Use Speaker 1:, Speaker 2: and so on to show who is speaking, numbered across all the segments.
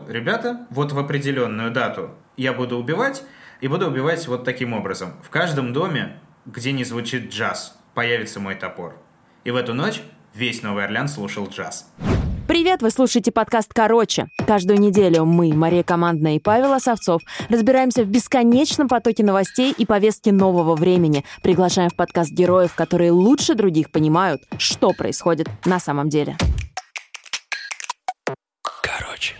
Speaker 1: ребята, вот в определенную дату я буду убивать, и буду убивать вот таким образом. В каждом доме, где не звучит джаз, появится мой топор. И в эту ночь весь Новый Орлеан слушал джаз.
Speaker 2: Привет, вы слушаете подкаст «Короче». Каждую неделю мы, Мария Командная и Павел Осовцов, разбираемся в бесконечном потоке новостей и повестки нового времени. Приглашаем в подкаст героев, которые лучше других понимают, что происходит на самом деле.
Speaker 3: Короче.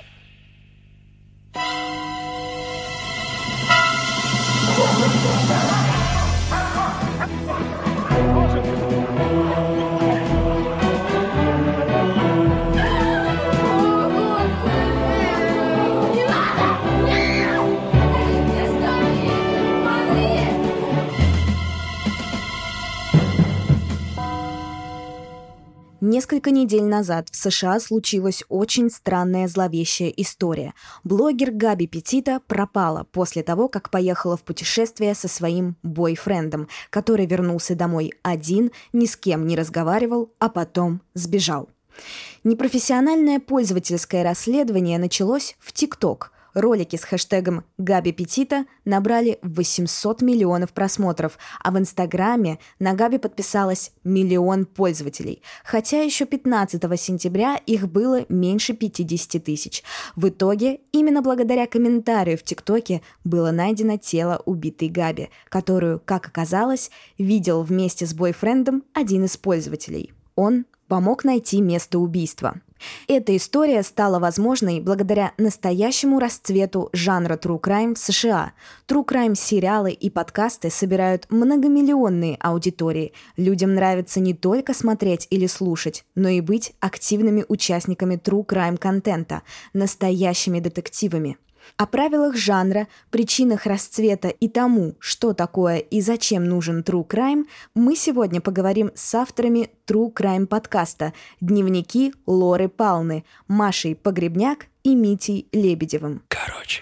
Speaker 4: Несколько недель назад в США случилась очень странная зловещая история. Блогер Габи Петита пропала после того, как поехала в путешествие со своим бойфрендом, который вернулся домой один, ни с кем не разговаривал, а потом сбежал. Непрофессиональное пользовательское расследование началось в ТикТок. Ролики с хэштегом «Габи Петита» набрали 800 миллионов просмотров, а в Инстаграме на Габи подписалось 1 миллион пользователей, хотя еще 15 сентября их было меньше 50 тысяч. В итоге, именно благодаря комментарию в ТикТоке было найдено тело убитой Габи, которую, как оказалось, видел вместе с бойфрендом один из пользователей. Он помог найти место убийства. Эта история стала возможной благодаря настоящему расцвету жанра True Crime в США. True Crime сериалы и подкасты собирают многомиллионные аудитории. Людям нравится не только смотреть или слушать, но и быть активными участниками True Crime контента, настоящими детективами. О правилах жанра, причинах расцвета и тому, что такое и зачем нужен True Crime, мы сегодня поговорим с авторами True Crime подкаста «Дневники Лоры Палны», Машей Погребняк и Митей Лебедевым.
Speaker 3: Короче.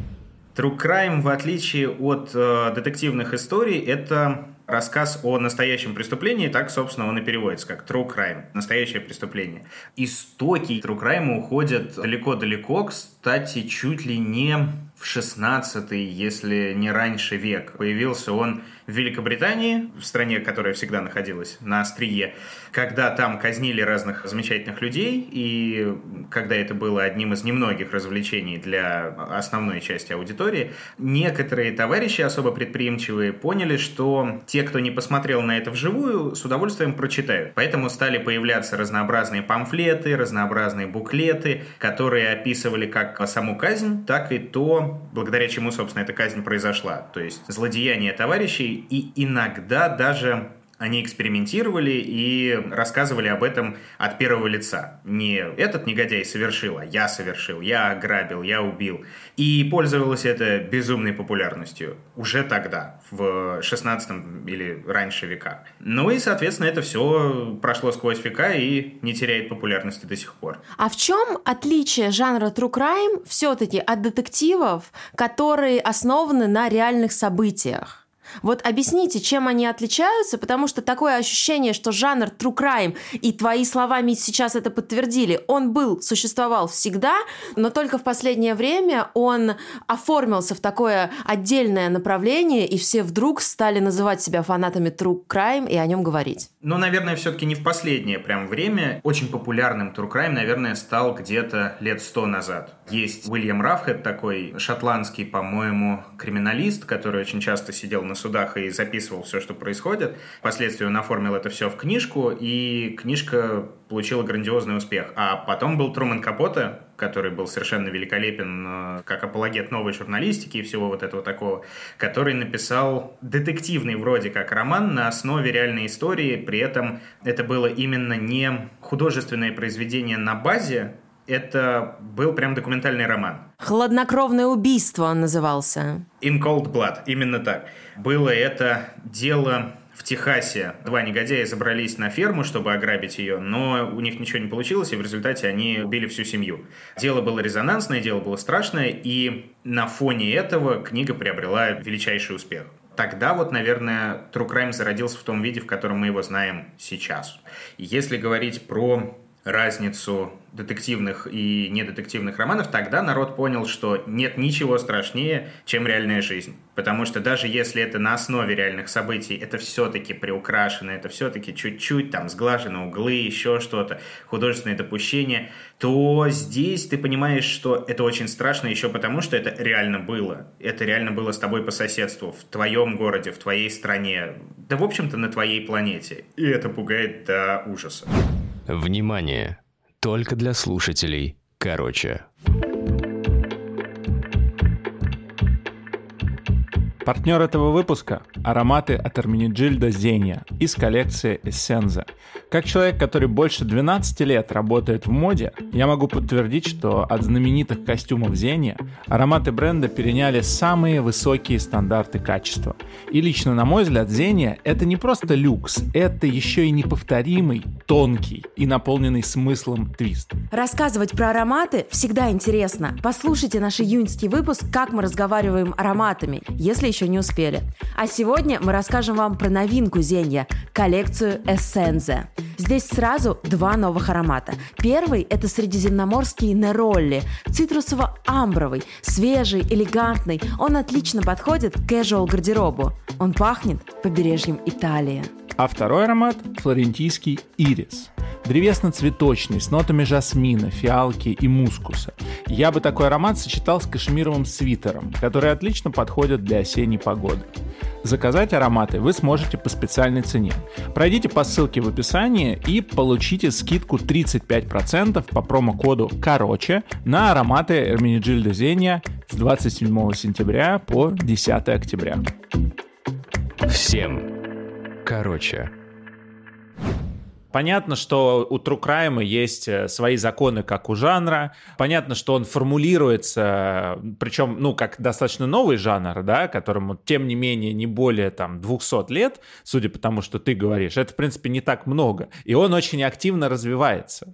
Speaker 1: True Crime, в отличие от детективных историй, это рассказ о настоящем преступлении, так, собственно, он и переводится, как True Crime, настоящее преступление. Истоки True Crime уходят далеко-далеко, кстати, чуть ли не в 16-й, если не раньше век. Появился он в Великобритании, в стране, которая всегда находилась на острие, когда там казнили разных замечательных людей, и когда это было одним из немногих развлечений для основной части аудитории, некоторые товарищи, особо предприимчивые, поняли, что те, кто не посмотрел на это вживую, с удовольствием прочитают. Поэтому стали появляться разнообразные памфлеты, разнообразные буклеты, которые описывали как саму казнь, так и то, благодаря чему, собственно, эта казнь произошла. То есть злодеяния товарищей, и иногда даже они экспериментировали и рассказывали об этом от первого лица. Не этот негодяй совершил, а я совершил, я ограбил, я убил. И пользовалось это безумной популярностью уже тогда, в 16 или раньше веках. Ну и, соответственно, это все прошло сквозь века и не теряет популярности до сих пор.
Speaker 2: А в чем отличие жанра True Crime все-таки от детективов, которые основаны на реальных событиях? Вот объясните, чем они отличаются, потому что такое ощущение, что жанр True Crime, и твои слова, Мить, сейчас это подтвердили, он существовал всегда, но только в последнее время он оформился в такое отдельное направление, и все вдруг стали называть себя фанатами True Crime и о нем говорить.
Speaker 1: Ну, наверное, все-таки не в последнее прям время. Очень популярным True Crime, наверное, стал где-то лет 100 назад. Есть Уильям Рафхед, такой шотландский, по-моему, криминалист, который очень часто сидел на судах и записывал все, что происходит. Впоследствии он оформил это все в книжку, и книжка получила грандиозный успех. А потом был Трумэн Капоте, который был совершенно великолепен как апологет новой журналистики и всего вот этого такого, который написал детективный вроде как роман на основе реальной истории, при этом это было именно не художественное произведение на базе, это был прям документальный роман.
Speaker 2: «Хладнокровное убийство» он назывался.
Speaker 1: In Cold Blood, именно так. Было это дело в Техасе. Два негодяя забрались на ферму, чтобы ограбить ее, но у них ничего не получилось, и в результате они убили всю семью. Дело было резонансное, дело было страшное, и на фоне этого книга приобрела величайший успех. Тогда вот, наверное, True Crime зародился в том виде, в котором мы его знаем сейчас. Если говорить про разницу детективных и недетективных романов, тогда народ понял, что нет ничего страшнее, чем реальная жизнь. Потому что даже если это на основе реальных событий, это все-таки приукрашено, это все-таки чуть-чуть там сглажены углы, еще что-то, художественные допущения, то здесь ты понимаешь, что это очень страшно еще потому, что это реально было. Это реально было с тобой по соседству, в твоем городе, в твоей стране, да, в общем-то, на твоей планете. И это пугает до ужаса.
Speaker 3: Внимание! Только для слушателей короче.
Speaker 5: Партнер этого выпуска – ароматы от Эрменеджильда Зенья из коллекции Essenza. Как человек, который больше 12 лет работает в моде, я могу подтвердить, что от знаменитых костюмов Зенья ароматы бренда переняли самые высокие стандарты качества. И лично, на мой взгляд, Зенья – это не просто люкс, это еще и неповторимый, тонкий и наполненный смыслом твист.
Speaker 2: Рассказывать про ароматы всегда интересно. Послушайте наш июньский выпуск «Как мы разговариваем ароматами», если еще не успели. А сегодня мы расскажем вам про новинку Зенья – коллекцию Essenza. Здесь сразу два новых аромата. Первый – это средиземноморский Неролли, цитрусово-амбровый, свежий, элегантный. Он отлично подходит к casual-гардеробу. Он пахнет побережьем Италии.
Speaker 5: А второй аромат – флорентийский ирис. Древесно-цветочный, с нотами жасмина, фиалки и мускуса. Я бы такой аромат сочетал с кашемировым свитером, который отлично подходит для осенней погоды. Заказать ароматы вы сможете по специальной цене. Пройдите по ссылке в описании и получите скидку 35% по промокоду «Короче» на ароматы Эрменеджильда Зенья с 27 сентября по 10 октября.
Speaker 3: Всем короче.
Speaker 5: Понятно, что у True Crime есть свои законы, как у жанра. Понятно, что он формулируется, причем, как достаточно новый жанр, да, которому, тем не менее, не более 200 лет, судя по тому, что ты говоришь. Это, в принципе, не так много. И он очень активно развивается.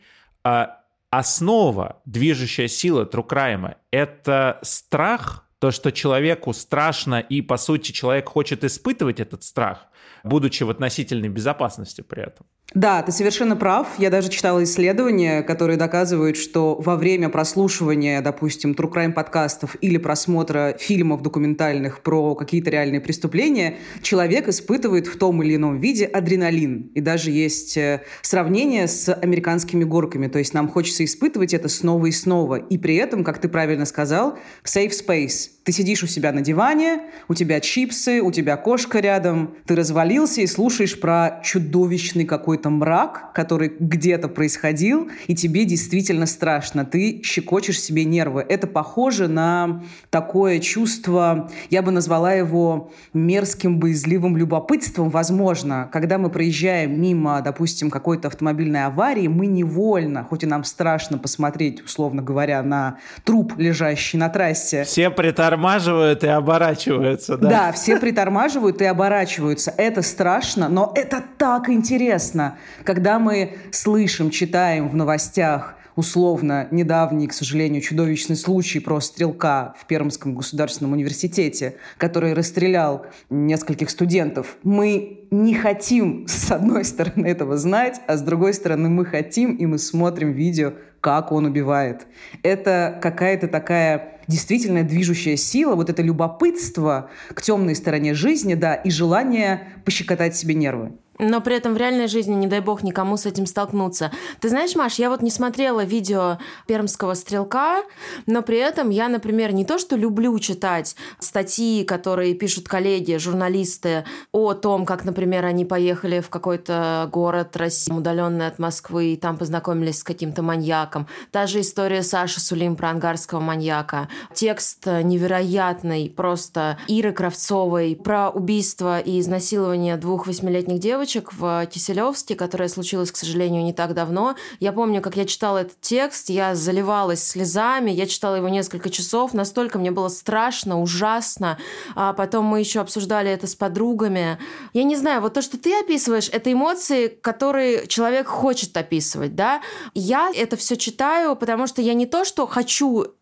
Speaker 5: Основа, движущая сила True Crime — это страх, то, что человеку страшно, и, по сути, человек хочет испытывать этот страх, будучи в относительной безопасности при этом.
Speaker 6: Да, ты совершенно прав. Я даже читала исследования, которые доказывают, что во время прослушивания, допустим, True Crime подкастов или просмотра фильмов документальных про какие-то реальные преступления, человек испытывает в том или ином виде адреналин. И даже есть сравнение с американскими горками. То есть нам хочется испытывать это снова и снова. И при этом, как ты правильно сказал, safe space. Ты сидишь у себя на диване, у тебя чипсы, у тебя кошка рядом, ты развалился и слушаешь про чудовищный какой-то мрак, который где-то происходил, и тебе действительно страшно. Ты щекочешь себе нервы. Это похоже на такое чувство, я бы назвала его мерзким, боязливым любопытством, возможно. Когда мы проезжаем мимо, допустим, какой-то автомобильной аварии, мы невольно, хоть и нам страшно посмотреть, условно говоря, на труп, лежащий на трассе.
Speaker 5: Все притормаживают и оборачиваются, да?
Speaker 6: Да, все притормаживают и оборачиваются. Это страшно, но это так интересно. Когда мы слышим, читаем в новостях условно недавний, к сожалению, чудовищный случай про стрелка в Пермском государственном университете, который расстрелял нескольких студентов, мы не хотим, с одной стороны, этого знать, а с другой стороны, мы хотим, и мы смотрим видео, как он убивает. Это какая-то такая действительно движущая сила, вот это любопытство к темной стороне жизни, да, и желание пощекотать себе нервы.
Speaker 2: Но при этом в реальной жизни, не дай бог, никому с этим столкнуться. Ты знаешь, Маш, я вот не смотрела видео пермского стрелка, но при этом я, например, не то что люблю читать статьи, которые пишут коллеги, журналисты, о том, как, например, они поехали в какой-то город России, удаленный от Москвы, и там познакомились с каким-то маньяком. Та же история Саши Сулим про ангарского маньяка. Текст невероятный, просто Иры Кравцовой про убийство и изнасилование 2 8-летних девочек в Киселевске, которое случилось, к сожалению, не так давно. Я помню, как я читала этот текст, я заливалась слезами, я читала его несколько часов, настолько мне было страшно, ужасно. А потом мы еще обсуждали это с подругами. Я не знаю, вот то, что ты описываешь, это эмоции, которые человек хочет описывать, да? Я это все читаю, потому что я не то, что хочу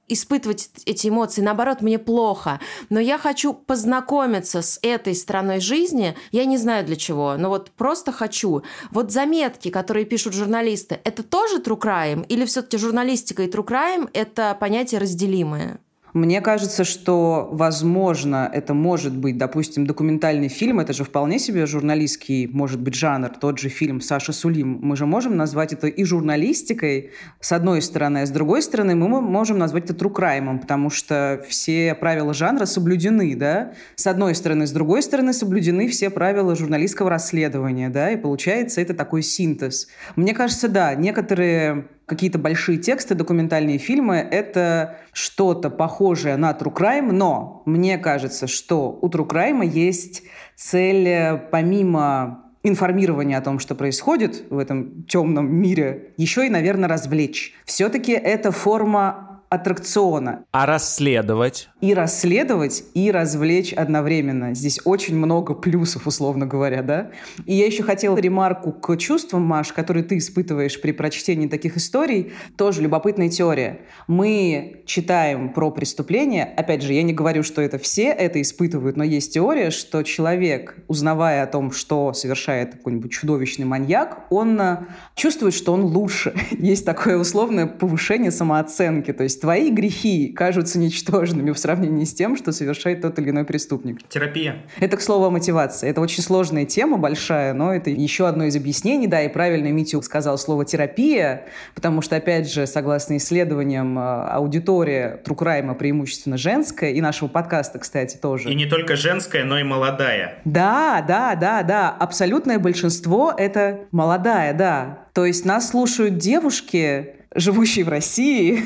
Speaker 2: испытывать эти эмоции, наоборот, мне плохо, но я хочу познакомиться с этой стороной жизни, я не знаю для чего, но вот просто хочу. Вот заметки, которые пишут журналисты, это тоже true crime? Или все-таки журналистика и true crime – это понятия разделимые?
Speaker 6: Мне кажется, что, возможно, это может быть, допустим, документальный фильм, это же вполне себе журналистский, может быть, жанр, тот же фильм Саша Сулим. Мы же можем назвать это и журналистикой, с одной стороны, а с другой стороны мы можем назвать это true crime, потому что все правила жанра соблюдены, да, с одной стороны, с другой стороны соблюдены все правила журналистского расследования, да, и получается это такой синтез. Мне кажется, да, некоторые какие-то большие тексты, документальные фильмы — это что-то похожее на true crime, но мне кажется, что у true crime есть цель, помимо информирования о том, что происходит в этом темном мире, еще и, наверное, развлечь. Все-таки это форма аттракциона.
Speaker 5: А расследовать?
Speaker 6: И расследовать, и развлечь одновременно. Здесь очень много плюсов, условно говоря, да? И я еще хотела ремарку к чувствам, Маш, которые ты испытываешь при прочтении таких историй. Тоже любопытная теория. Мы читаем про преступления. Опять же, я не говорю, что это все это испытывают, но есть теория, что человек, узнавая о том, что совершает какой-нибудь чудовищный маньяк, он чувствует, что он лучше. Есть такое условное повышение самооценки. То есть твои грехи кажутся ничтожными в сравнении с тем, что совершает тот или иной преступник.
Speaker 1: Терапия.
Speaker 6: Это, к слову, о мотивации. Это очень сложная тема, большая, но это еще одно из объяснений. Да, и правильно Митя сказал слово «терапия», потому что, опять же, согласно исследованиям, аудитория true crime преимущественно женская, и нашего подкаста, кстати, тоже.
Speaker 1: И не только женская, но и молодая.
Speaker 6: Да. Абсолютное большинство — это молодая, да. То есть нас слушают девушки, живущие в России,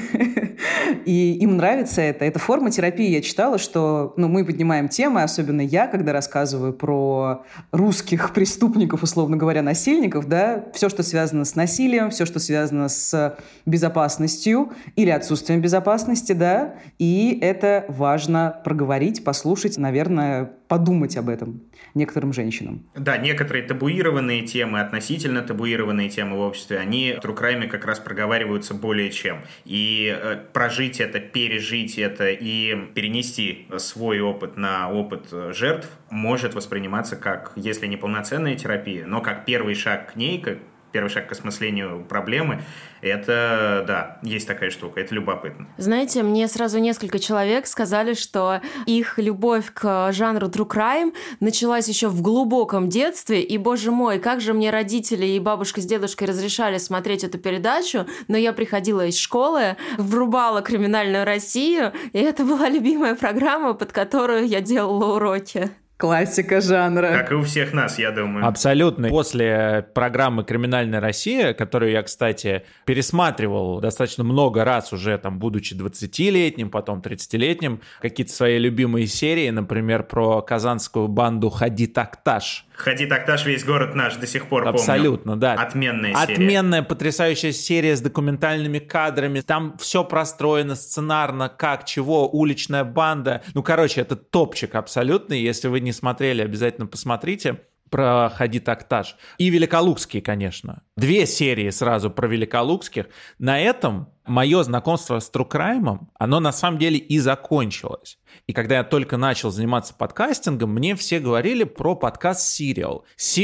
Speaker 6: и им нравится это. Это форма терапии. Я читала, что мы поднимаем темы, особенно я, когда рассказываю про русских преступников, условно говоря, насильников, да, все, что связано с насилием, все, что связано с безопасностью или отсутствием безопасности, да, и это важно проговорить, послушать, наверное, подумать об этом некоторым женщинам.
Speaker 1: Да, некоторые табуированные темы, относительно табуированные темы в обществе, они в true crime как раз проговариваются более чем. И прожить это, пережить это и перенести свой опыт на опыт жертв может восприниматься как, если не полноценная терапия, но как первый шаг к ней, как первый шаг к осмыслению проблемы. Это, да, есть такая штука, это любопытно.
Speaker 2: Знаете, мне сразу несколько человек сказали, что их любовь к жанру true crime началась еще в глубоком детстве, и, боже мой, как же мне родители и бабушка с дедушкой разрешали смотреть эту передачу, но я приходила из школы, врубала «Криминальную Россию», и это была любимая программа, под которую я делала уроки.
Speaker 6: Классика жанра.
Speaker 1: Как и у всех нас, я думаю.
Speaker 5: Абсолютно. После программы «Криминальная Россия», которую я, кстати, пересматривал достаточно много раз уже, там, будучи 20-летним, потом 30-летним, какие-то свои любимые серии, например, про казанскую банду «Хади Такташ».
Speaker 1: «Хади Такташ», весь город наш, до сих пор помню.
Speaker 5: Абсолютно, да.
Speaker 1: Отменная серия.
Speaker 5: Отменная, потрясающая серия с документальными кадрами. Там все простроено сценарно, как, чего, уличная банда. Короче, это топчик абсолютный. Если вы не смотрели, обязательно посмотрите про «Хади Такташ». И «Великолукские», конечно. 2 серии сразу про великолукских. На этом мое знакомство с true crime, оно на самом деле и закончилось. И когда я только начал заниматься подкастингом, мне все говорили про подкаст Serial.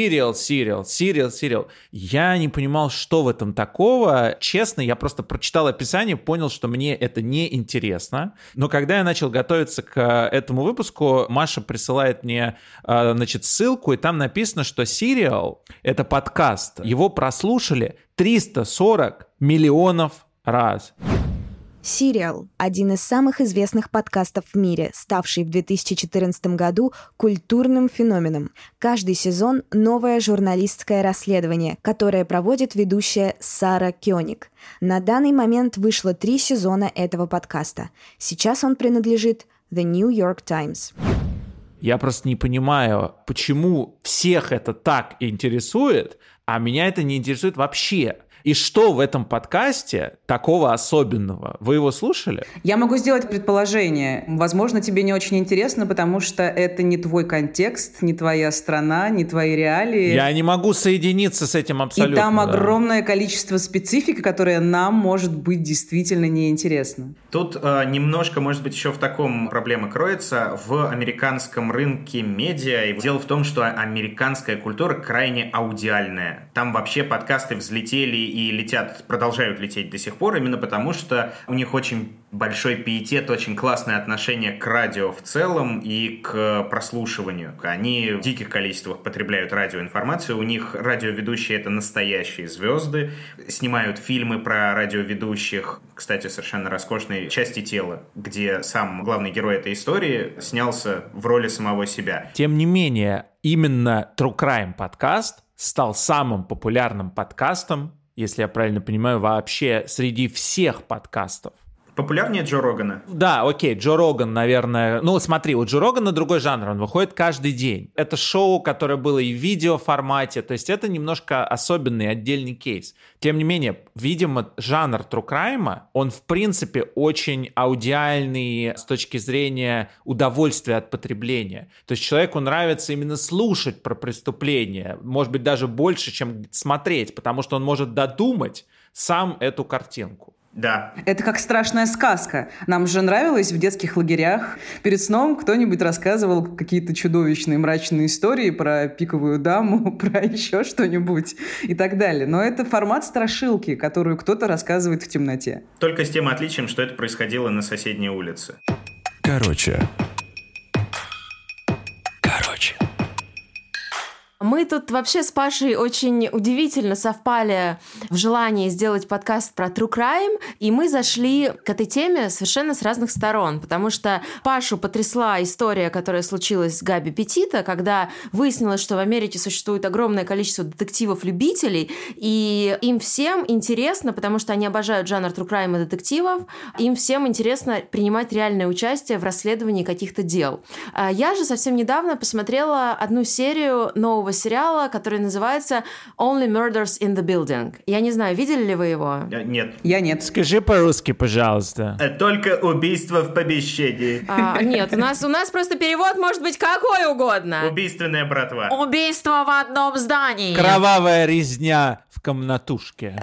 Speaker 5: Serial. Я не понимал, что в этом такого. Честно, я просто прочитал описание, понял, что мне это не интересно. Но когда я начал готовиться к этому выпуску, Маша присылает мне, ссылку, и там написано, что Serial — это подкаст. Его прослушали 340 миллионов раз.
Speaker 4: Serial – один из самых известных подкастов в мире, ставший в 2014 году культурным феноменом. Каждый сезон – новое журналистское расследование, которое проводит ведущая Сара Кёник. На данный момент вышло 3 сезона этого подкаста. Сейчас он принадлежит The New York Times.
Speaker 5: Я просто не понимаю, почему всех это так интересует, а меня это не интересует вообще. И что в этом подкасте такого особенного? Вы его слушали?
Speaker 6: Я могу сделать предположение. Возможно, тебе не очень интересно, потому что это не твой контекст, не твоя страна, не твои реалии.
Speaker 5: Я не могу соединиться с этим абсолютно.
Speaker 6: И там огромное количество специфики, которая нам может быть действительно неинтересна.
Speaker 1: Тут немножко, может быть, еще в таком проблема кроется. В американском рынке медиа дело в том, что американская культура крайне аудиальная. Там вообще подкасты взлетели и летят, продолжают лететь до сих пор, именно потому что у них очень большой пиетет, очень классное отношение к радио в целом и к прослушиванию. Они в диких количествах потребляют радиоинформацию, у них радиоведущие — это настоящие звезды, снимают фильмы про радиоведущих, кстати, совершенно роскошной «Части тела», где сам главный герой этой истории снялся в роли самого себя.
Speaker 5: Тем не менее, именно True Crime подкаст стал самым популярным подкастом, если я правильно понимаю, вообще среди всех подкастов.
Speaker 1: Популярнее Джо Рогана?
Speaker 5: Да, окей, Джо Роган, наверное... Ну, смотри, у Джо Рогана другой жанр, он выходит каждый день. Это шоу, которое было и в видеоформате, то есть это немножко особенный отдельный кейс. Тем не менее, видимо, жанр True Crime, он, в принципе, очень аудиальный с точки зрения удовольствия от потребления. То есть человеку нравится именно слушать про преступления, может быть, даже больше, чем смотреть, потому что он может додумать сам эту картинку.
Speaker 1: Да.
Speaker 6: Это как страшная сказка. Нам же нравилось в детских лагерях. Перед сном кто-нибудь рассказывал какие-то чудовищные мрачные истории про пиковую даму, про еще что-нибудь и так далее. Но это формат страшилки, которую кто-то рассказывает в темноте.
Speaker 1: Только с тем отличием, что это происходило на соседней улице.
Speaker 3: Короче.
Speaker 2: Мы тут вообще с Пашей очень удивительно совпали в желании сделать подкаст про True Crime, и мы зашли к этой теме совершенно с разных сторон, потому что Пашу потрясла история, которая случилась с Габи Петито, когда выяснилось, что в Америке существует огромное количество детективов-любителей, и им всем интересно, потому что они обожают жанр True Crime и детективов, им всем интересно принимать реальное участие в расследовании каких-то дел. Я же совсем недавно посмотрела одну серию нового сериала, который называется Only Murders in the Building. Я не знаю, видели ли вы его?
Speaker 1: Нет.
Speaker 6: Я нет.
Speaker 5: Скажи по-русски, пожалуйста.
Speaker 1: Только убийство в помещении.
Speaker 2: Нет, у нас просто перевод может быть какой угодно.
Speaker 1: Убийственная братва.
Speaker 2: Убийство в одном здании.
Speaker 5: Кровавая резня в комнатушке.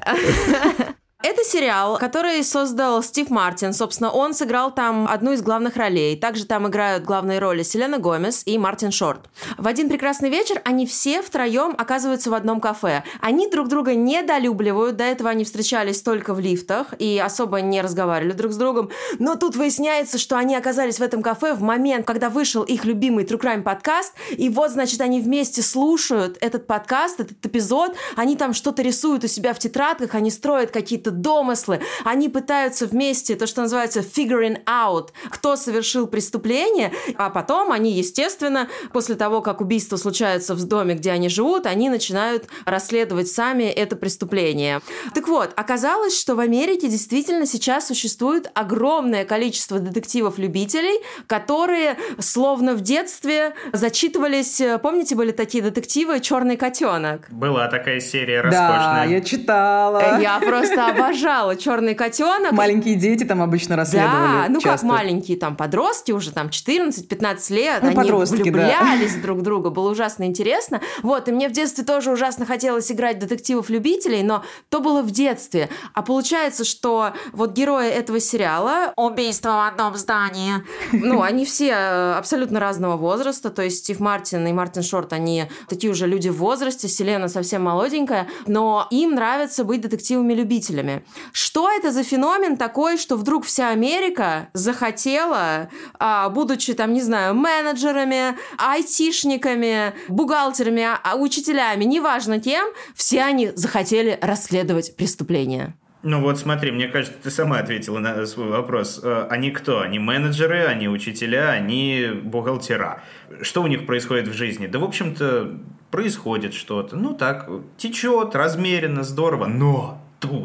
Speaker 2: Это сериал, который создал Стив Мартин. Собственно, он сыграл там одну из главных ролей. Также там играют главные роли Селена Гомес и Мартин Шорт. В один прекрасный вечер они все втроем оказываются в одном кафе. Они друг друга недолюбливают. До этого они встречались только в лифтах и особо не разговаривали друг с другом. Но тут выясняется, что они оказались в этом кафе в момент, когда вышел их любимый True Crime подкаст. И вот, значит, они вместе слушают этот подкаст, этот эпизод. Они там что-то рисуют у себя в тетрадках, они строят какие-то домыслы, они пытаются вместе, то, что называется figuring out, кто совершил преступление, а потом они, естественно, после того, как убийство случается в доме, где они живут, они начинают расследовать сами это преступление. Так вот, оказалось, что в Америке действительно сейчас существует огромное количество детективов-любителей, которые словно в детстве зачитывались, помните, были такие детективы «Черный котенок»?
Speaker 1: Была такая серия роскошная.
Speaker 6: Да, я читала.
Speaker 2: Я просто обожала «Черный котенок».
Speaker 6: Маленькие дети там обычно расследовали.
Speaker 2: Да, ну
Speaker 6: часто.
Speaker 2: как маленькие, там подростки уже там 14-15 лет,
Speaker 6: ну,
Speaker 2: они
Speaker 6: подростки,
Speaker 2: влюблялись друг в друга, было ужасно интересно. Вот, и мне в детстве тоже ужасно хотелось играть детективов-любителей, но то было в детстве. А получается, что вот герои этого сериала «Убийство в одном здании», ну, они все абсолютно разного возраста, то есть Стив Мартин и Мартин Шорт, они такие уже люди в возрасте, Селена совсем молоденькая, но им нравится быть детективами-любителями. Что это за феномен такой, что вдруг вся Америка захотела, будучи там, не знаю, менеджерами, айтишниками, бухгалтерами, учителями, неважно кем, все они захотели расследовать преступления?
Speaker 1: Ну вот смотри, мне кажется, ты сама ответила на свой вопрос. Они кто? Они менеджеры, они учителя, они бухгалтера. Что у них происходит в жизни? Да, в общем-то, происходит что-то. Ну так, течет, размеренно, здорово. Но тут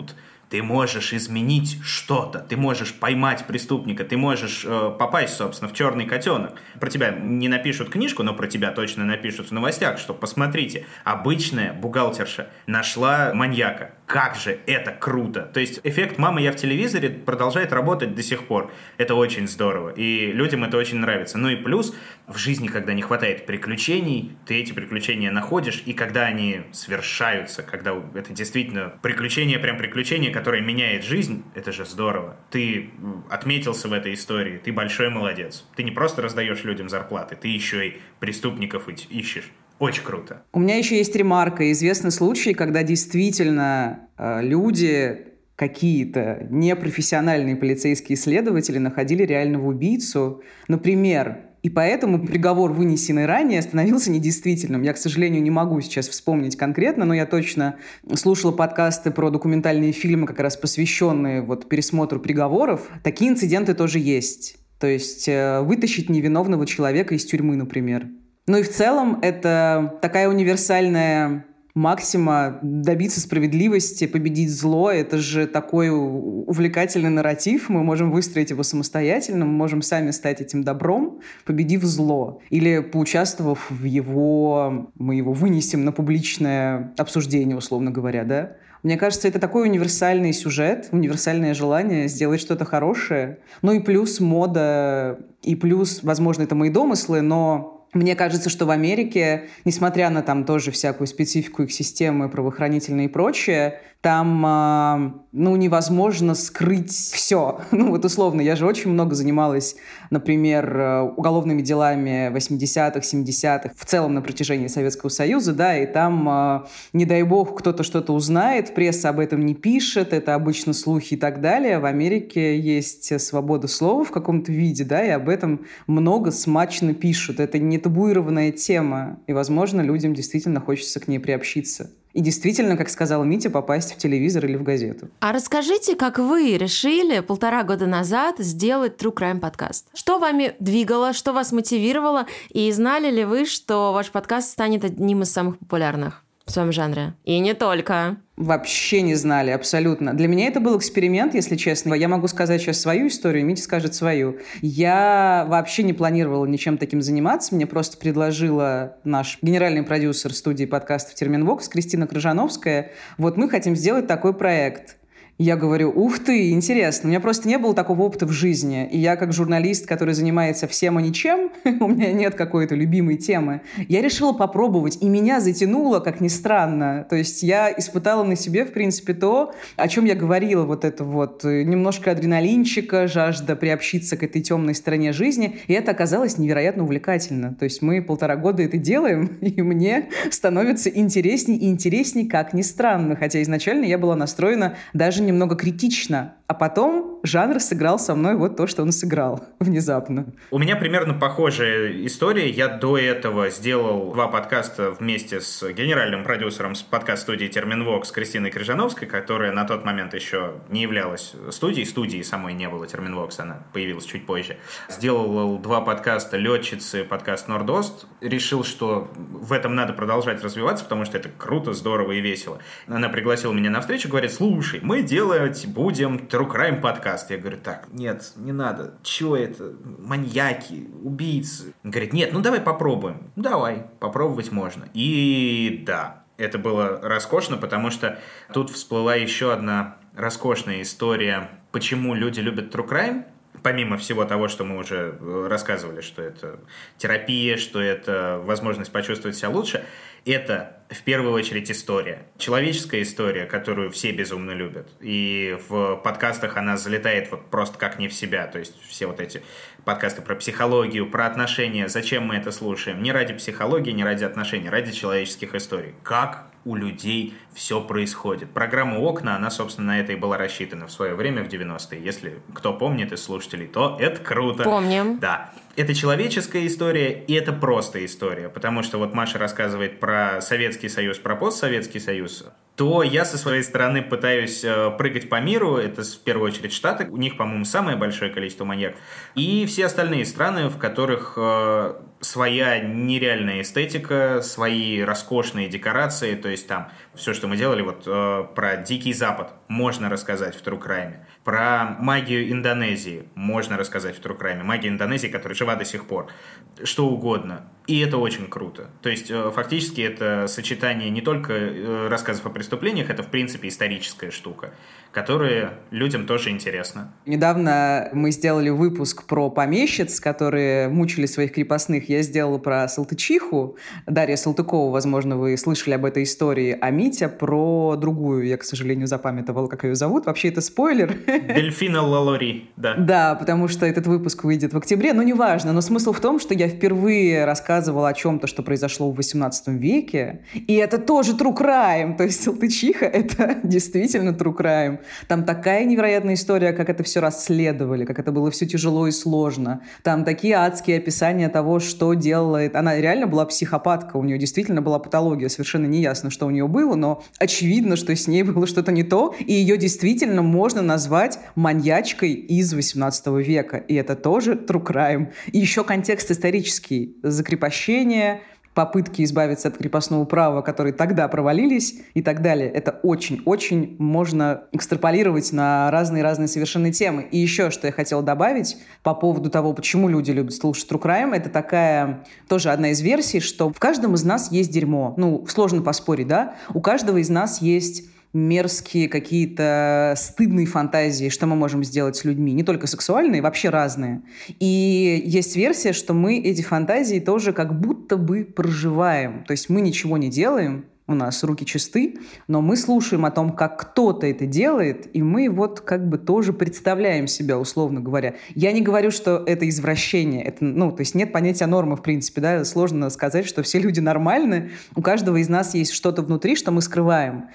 Speaker 1: Ты можешь изменить что-то, ты можешь поймать преступника, ты можешь попасть, собственно, в черный котенок. Про тебя не напишут книжку, но про тебя точно напишут в новостях, что посмотрите, обычная бухгалтерша нашла маньяка. Как же это круто! То есть эффект «мама, я в телевизоре» продолжает работать до сих пор. Это очень здорово, и людям это очень нравится. Ну и плюс, в жизни, когда не хватает приключений, ты эти приключения находишь, и когда они свершаются, когда это действительно приключение, прям приключение, которое меняет жизнь, это же здорово. Ты отметился в этой истории, ты большой молодец. Ты не просто раздаешь людям зарплаты, ты еще и преступников ищешь. Очень круто.
Speaker 6: У меня еще есть ремарка. Известны случаи, когда действительно люди, какие-то непрофессиональные полицейские следователи находили реального убийцу. Например, и поэтому приговор, вынесенный ранее, становился недействительным. Я, к сожалению, не могу сейчас вспомнить конкретно, но я точно слушала подкасты про документальные фильмы, как раз посвященные пересмотру приговоров. Такие инциденты тоже есть. То есть вытащить невиновного человека из тюрьмы, например. Ну и в целом это такая универсальная максима добиться справедливости, победить зло. Это же такой увлекательный нарратив. Мы можем выстроить его самостоятельно, мы можем сами стать этим добром, победив зло. Или поучаствовав в его... Мы его вынесем на публичное обсуждение, условно говоря, да? Мне кажется, это такой универсальный сюжет, универсальное желание сделать что-то хорошее. Ну и плюс мода, и плюс, возможно, это мои домыслы, но... Мне кажется, что в Америке, несмотря на там тоже всякую специфику их системы правоохранительной и прочее, там, невозможно скрыть все. Условно, я же очень много занималась, например, уголовными делами 80-х, 70-х, в целом на протяжении Советского Союза, да, и там, не дай бог, кто-то что-то узнает, пресса об этом не пишет, это обычно слухи и так далее. В Америке есть свобода слова в каком-то виде, да, и об этом много смачно пишут. Это не табуированная тема, и, возможно, людям действительно хочется к ней приобщиться. И действительно, как сказал Митя, попасть в телевизор или в газету.
Speaker 2: А расскажите, как вы решили 1,5 года назад сделать True Crime подкаст? Что вами двигало, что вас мотивировало, и знали ли вы, что ваш подкаст станет одним из самых популярных в своем жанре? И не только.
Speaker 6: Вообще не знали, абсолютно. Для меня это был эксперимент, если честно. Я могу сказать сейчас свою историю, Митя скажет свою. Я вообще не планировала ничем таким заниматься. Мне просто предложила наш генеральный продюсер студии подкастов «Терминвокс» Кристина Крыжановская. Мы хотим сделать такой проект. Я говорю, ух ты, интересно. У меня просто не было такого опыта в жизни. И я как журналист, который занимается всем и ничем, у меня нет какой-то любимой темы, я решила попробовать. И меня затянуло, как ни странно. То есть я испытала на себе, в принципе, то, о чем я говорила. Немножко адреналинчика, жажда приобщиться к этой темной стороне жизни. И это оказалось невероятно увлекательно. То есть мы 1,5 года это делаем, и мне становится интересней и интересней, как ни странно. Хотя изначально я была настроена даже немного критично, а потом жанр сыграл со мной то, что он сыграл внезапно.
Speaker 1: У меня примерно похожая история. Я до этого сделал 2 подкаста вместе с генеральным продюсером с подкаст-студии «Терминвокс» Кристиной Крыжановской, которая на тот момент еще не являлась студией самой не было «Терминвокс», она появилась чуть позже. Сделал 2 подкаста «Летчицы», подкаст «Нордост». Решил, что в этом надо продолжать развиваться, потому что это круто, здорово и весело. Она пригласила меня на встречу, говорит, слушай, мы делать будем True Crime подкаст. Я говорю, так, нет, не надо. Чего это? Маньяки, убийцы. Он говорит, нет, давай попробуем. Давай, попробовать можно. И да, это было роскошно, потому что тут всплыла еще одна роскошная история, почему люди любят True Crime. Помимо всего того, что мы уже рассказывали, что это терапия, что это возможность почувствовать себя лучше, это в первую очередь история. Человеческая история, которую все безумно любят. И в подкастах она залетает просто как не в себя. То есть все эти подкасты про психологию, про отношения. Зачем мы это слушаем? Не ради психологии, не ради отношений, ради человеческих историй. Как у людей все происходит. Программа «Окна», она, собственно, на это и была рассчитана в свое время, в 90-е. Если кто помнит из слушателей, то это круто.
Speaker 2: Помним.
Speaker 1: Да. Это человеческая история, и это просто история. Потому что Маша рассказывает про Советский Союз, про постсоветский Союз, то я со своей стороны пытаюсь прыгать по миру. Это в первую очередь Штаты. У них, по-моему, самое большое количество маньяков. И все остальные страны, в которых своя нереальная эстетика, свои роскошные декорации, то есть там все, что мы делали, вот про Дикий Запад можно рассказать в True Crime, про магию Индонезии можно рассказать в True Crime, магия Индонезии, которая жива до сих пор, что угодно. И это очень круто. То есть, фактически, это сочетание не только рассказов о преступлениях, это, в принципе, историческая штука, которая людям тоже интересна.
Speaker 6: Недавно мы сделали выпуск про помещиц, которые мучили своих крепостных. Я сделала про Салтычиху. Дарья Салтыкова, возможно, вы слышали об этой истории. А Митя про другую. Я, к сожалению, запамятовала, как ее зовут. Вообще, это спойлер.
Speaker 1: Дельфина Лалори, да.
Speaker 6: Да, потому что этот выпуск выйдет в октябре. Но неважно. Но смысл в том, что я впервые рассказывала о чем-то, что произошло в XVIII веке. И это тоже true crime. То есть Салтычиха — это действительно true crime. Там такая невероятная история, как это все расследовали, как это было все тяжело и сложно. Там такие адские описания того, что делает... Она реально была психопатка, у нее действительно была патология. Совершенно неясно, что у нее было, но очевидно, что с ней было что-то не то, и ее действительно можно назвать маньячкой из XVIII века. И это тоже true crime. И еще контекст исторический. Закрепощение, попытки избавиться от крепостного права, которые тогда провалились и так далее. Это очень-очень можно экстраполировать на разные-разные совершенно темы. И еще, что я хотела добавить по поводу того, почему люди любят слушать True Crime, это такая тоже одна из версий, что в каждом из нас есть дерьмо. Ну, сложно поспорить, да? У каждого из нас есть мерзкие какие-то стыдные фантазии, что мы можем сделать с людьми, не только сексуальные, вообще разные. И есть версия, что мы эти фантазии тоже как будто бы проживаем. То есть мы ничего не делаем, у нас руки чисты, но мы слушаем о том, как кто-то это делает, и мы вот как бы тоже представляем себя, условно говоря. Я не говорю, что это извращение, это, то есть нет понятия нормы, в принципе, да, сложно сказать, что все люди нормальны, у каждого из нас есть что-то внутри, что мы скрываем,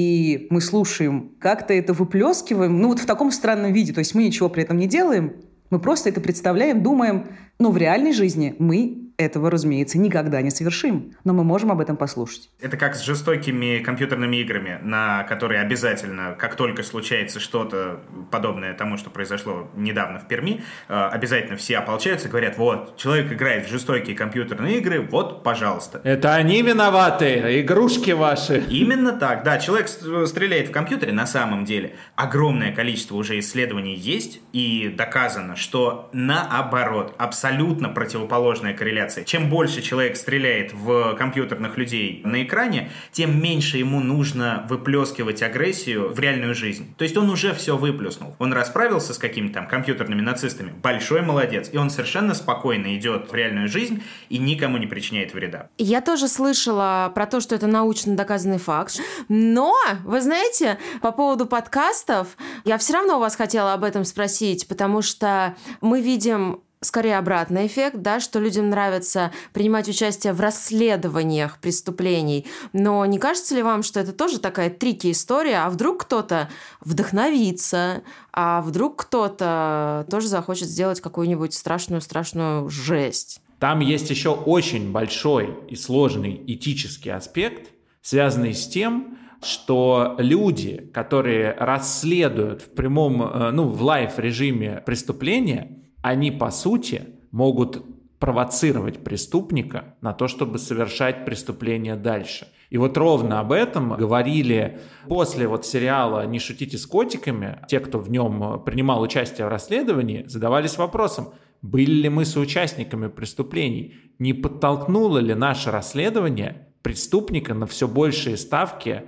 Speaker 6: и мы слушаем, как-то это выплескиваем, вот в таком странном виде, то есть мы ничего при этом не делаем, мы просто это представляем, думаем, но в реальной жизни мы этого, разумеется, никогда не совершим, но мы можем об этом послушать.
Speaker 1: Это как с жестокими компьютерными играми, на которые обязательно, как только случается что-то подобное тому, что произошло недавно в Перми, обязательно все ополчаются и говорят, вот, человек играет в жестокие компьютерные игры, вот, пожалуйста.
Speaker 5: Это они виноваты, игрушки ваши.
Speaker 1: Именно так, да, человек стреляет в компьютере, на самом деле огромное количество уже исследований есть, и доказано, что наоборот, абсолютно противоположная корреляция. Чем больше человек стреляет в компьютерных людей на экране, тем меньше ему нужно выплескивать агрессию в реальную жизнь. То есть он уже все выплеснул. Он расправился с какими-то там компьютерными нацистами. Большой молодец. И он совершенно спокойно идет в реальную жизнь и никому не причиняет вреда.
Speaker 2: Я тоже слышала про то, что это научно доказанный факт. Но, вы знаете, по поводу подкастов, я все равно у вас хотела об этом спросить, потому что мы видим скорее обратный эффект, да, что людям нравится принимать участие в расследованиях преступлений. Но не кажется ли вам, что это тоже такая трики история? А вдруг кто-то вдохновится, а вдруг кто-то тоже захочет сделать какую-нибудь страшную жесть?
Speaker 5: Там есть еще очень большой и сложный этический аспект, связанный с тем, что люди, которые расследуют в прямом, в лайв-режиме преступления, они, по сути, могут провоцировать преступника на то, чтобы совершать преступление дальше. И вот ровно об этом говорили после сериала «Не шутите с котиками». Те, кто в нем принимал участие в расследовании, задавались вопросом, были ли мы соучастниками преступлений, не подтолкнуло ли наше расследование преступника на все большие ставки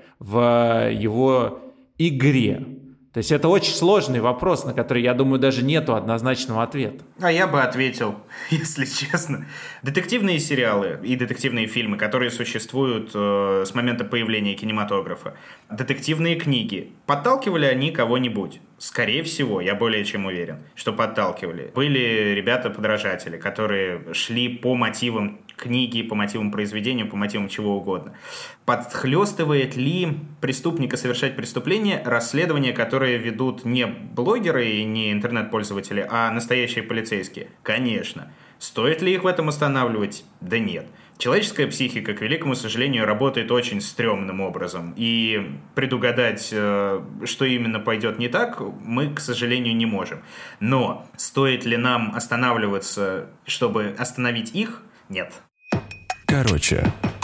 Speaker 5: в его игре. То есть это очень сложный вопрос, на который, я думаю, даже нету однозначного ответа.
Speaker 1: А я бы ответил, если честно. Детективные сериалы и детективные фильмы, которые существуют с момента появления кинематографа, детективные книги, подталкивали они кого-нибудь? Скорее всего, я более чем уверен, что подталкивали. Были ребята-подражатели, которые шли по мотивам книги, по мотивам произведения, по мотивам чего угодно. Подхлёстывает ли преступника совершать преступление расследования, которые ведут не блогеры и не интернет-пользователи, а настоящие полицейские? Конечно. Стоит ли их в этом останавливать? Да нет. Человеческая психика, к великому сожалению, работает очень стрёмным образом. И предугадать, что именно пойдет не так, мы, к сожалению, не можем. Но стоит ли нам останавливаться, чтобы остановить их? Нет.
Speaker 3: Короче.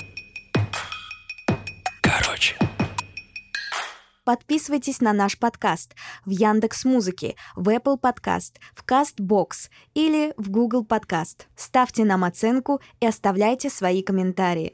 Speaker 4: Подписывайтесь на наш подкаст в Яндекс.Музыке, в Apple Podcast, в Castbox или в Google Podcast. Ставьте нам оценку и оставляйте свои комментарии.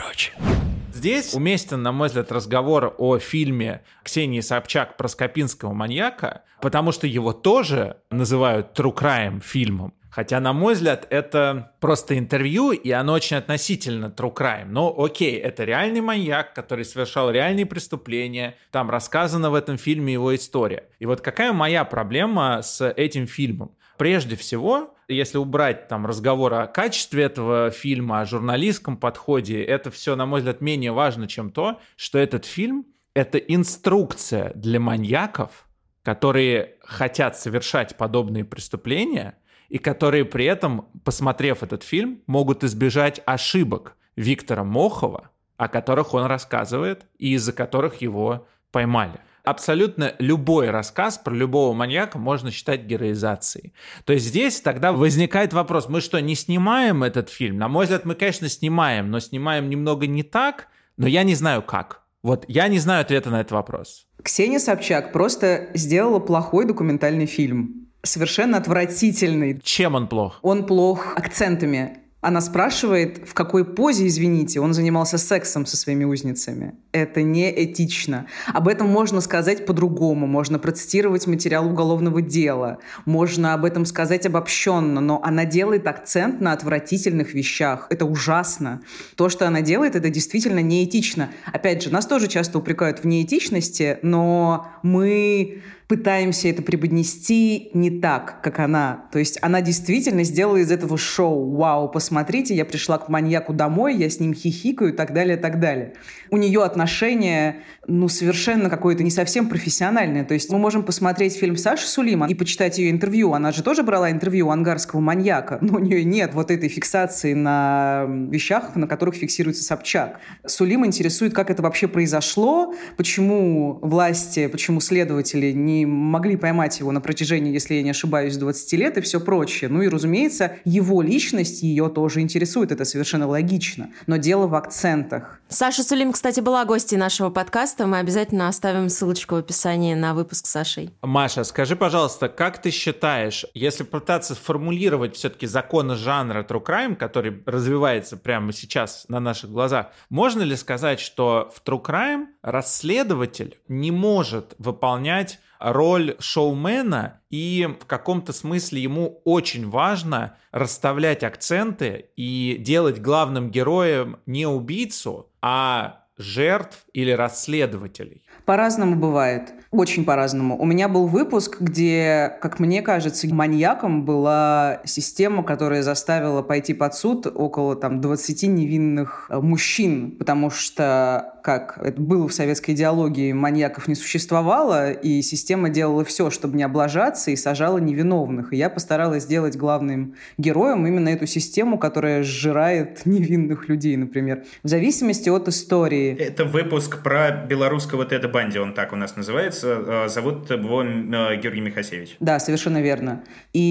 Speaker 5: Здесь уместен, на мой взгляд, разговор о фильме Ксении Собчак про скопинского маньяка, потому что его тоже называют true crime фильмом. Хотя, на мой взгляд, это просто интервью, и оно очень относительно true crime. Но окей, это реальный маньяк, который совершал реальные преступления. Там рассказана в этом фильме его история. И вот какая моя проблема с этим фильмом? Прежде всего, если убрать там разговор о качестве этого фильма, о журналистском подходе, это все, на мой взгляд, менее важно, чем то, что этот фильм — это инструкция для маньяков, которые хотят совершать подобные преступления, и которые при этом, посмотрев этот фильм, могут избежать ошибок Виктора Мохова, о которых он рассказывает, и из-за которых его поймали. Абсолютно любой рассказ про любого маньяка можно считать героизацией. То есть здесь тогда возникает вопрос, мы что, не снимаем этот фильм? На мой взгляд, мы, конечно, снимаем, но снимаем немного не так, но я не знаю как. Вот я не знаю ответа на этот вопрос.
Speaker 6: Ксения Собчак просто сделала плохой документальный фильм. Совершенно отвратительный.
Speaker 5: Чем он плох?
Speaker 6: Он плох акцентами. Она спрашивает, в какой позе, извините, он занимался сексом со своими узницами. Это неэтично. Об этом можно сказать по-другому. Можно процитировать материал уголовного дела. Можно об этом сказать обобщенно. Но она делает акцент на отвратительных вещах. Это ужасно. То, что она делает, это действительно неэтично. Опять же, нас тоже часто упрекают в неэтичности, но мы пытаемся это преподнести не так, как она. То есть она действительно сделала из этого шоу. Вау, посмотрите, я пришла к маньяку домой, я с ним хихикаю и так далее, и так далее. У нее отношение, совершенно какое-то не совсем профессиональное. То есть мы можем посмотреть фильм Саши Сулима и почитать ее интервью. Она же тоже брала интервью у ангарского маньяка, но у нее нет вот этой фиксации на вещах, на которых фиксируется Собчак. Сулим интересует, как это вообще произошло, почему власти, почему следователи не могли поймать его на протяжении, если я не ошибаюсь, 20 лет и все прочее. И, разумеется, его личность ее тоже интересует. Это совершенно логично. Но дело в акцентах.
Speaker 2: Саша Сулим, кстати, была гостьей нашего подкаста. Мы обязательно оставим ссылочку в описании на выпуск с Сашей.
Speaker 5: Маша, скажи, пожалуйста, как ты считаешь, если пытаться сформулировать все-таки законы жанра true crime, который развивается прямо сейчас на наших глазах, можно ли сказать, что в true crime расследователь не может выполнять роль шоумена, и в каком-то смысле ему очень важно расставлять акценты и делать главным героем не убийцу, а жертв или расследователей?
Speaker 6: По-разному бывает. Очень по-разному. У меня был выпуск, где, как мне кажется, маньяком была система, которая заставила пойти под суд около 20 невинных мужчин, потому что, как это было в советской идеологии, маньяков не существовало, и система делала все, чтобы не облажаться, и сажала невиновных. И я постаралась сделать главным героем именно эту систему, которая сжирает невинных людей, например. В зависимости от истории.
Speaker 1: Это выпуск про белорусского Теда Банди, он так у нас называется. Зовут его Георгий Михасевич.
Speaker 6: Да, совершенно верно.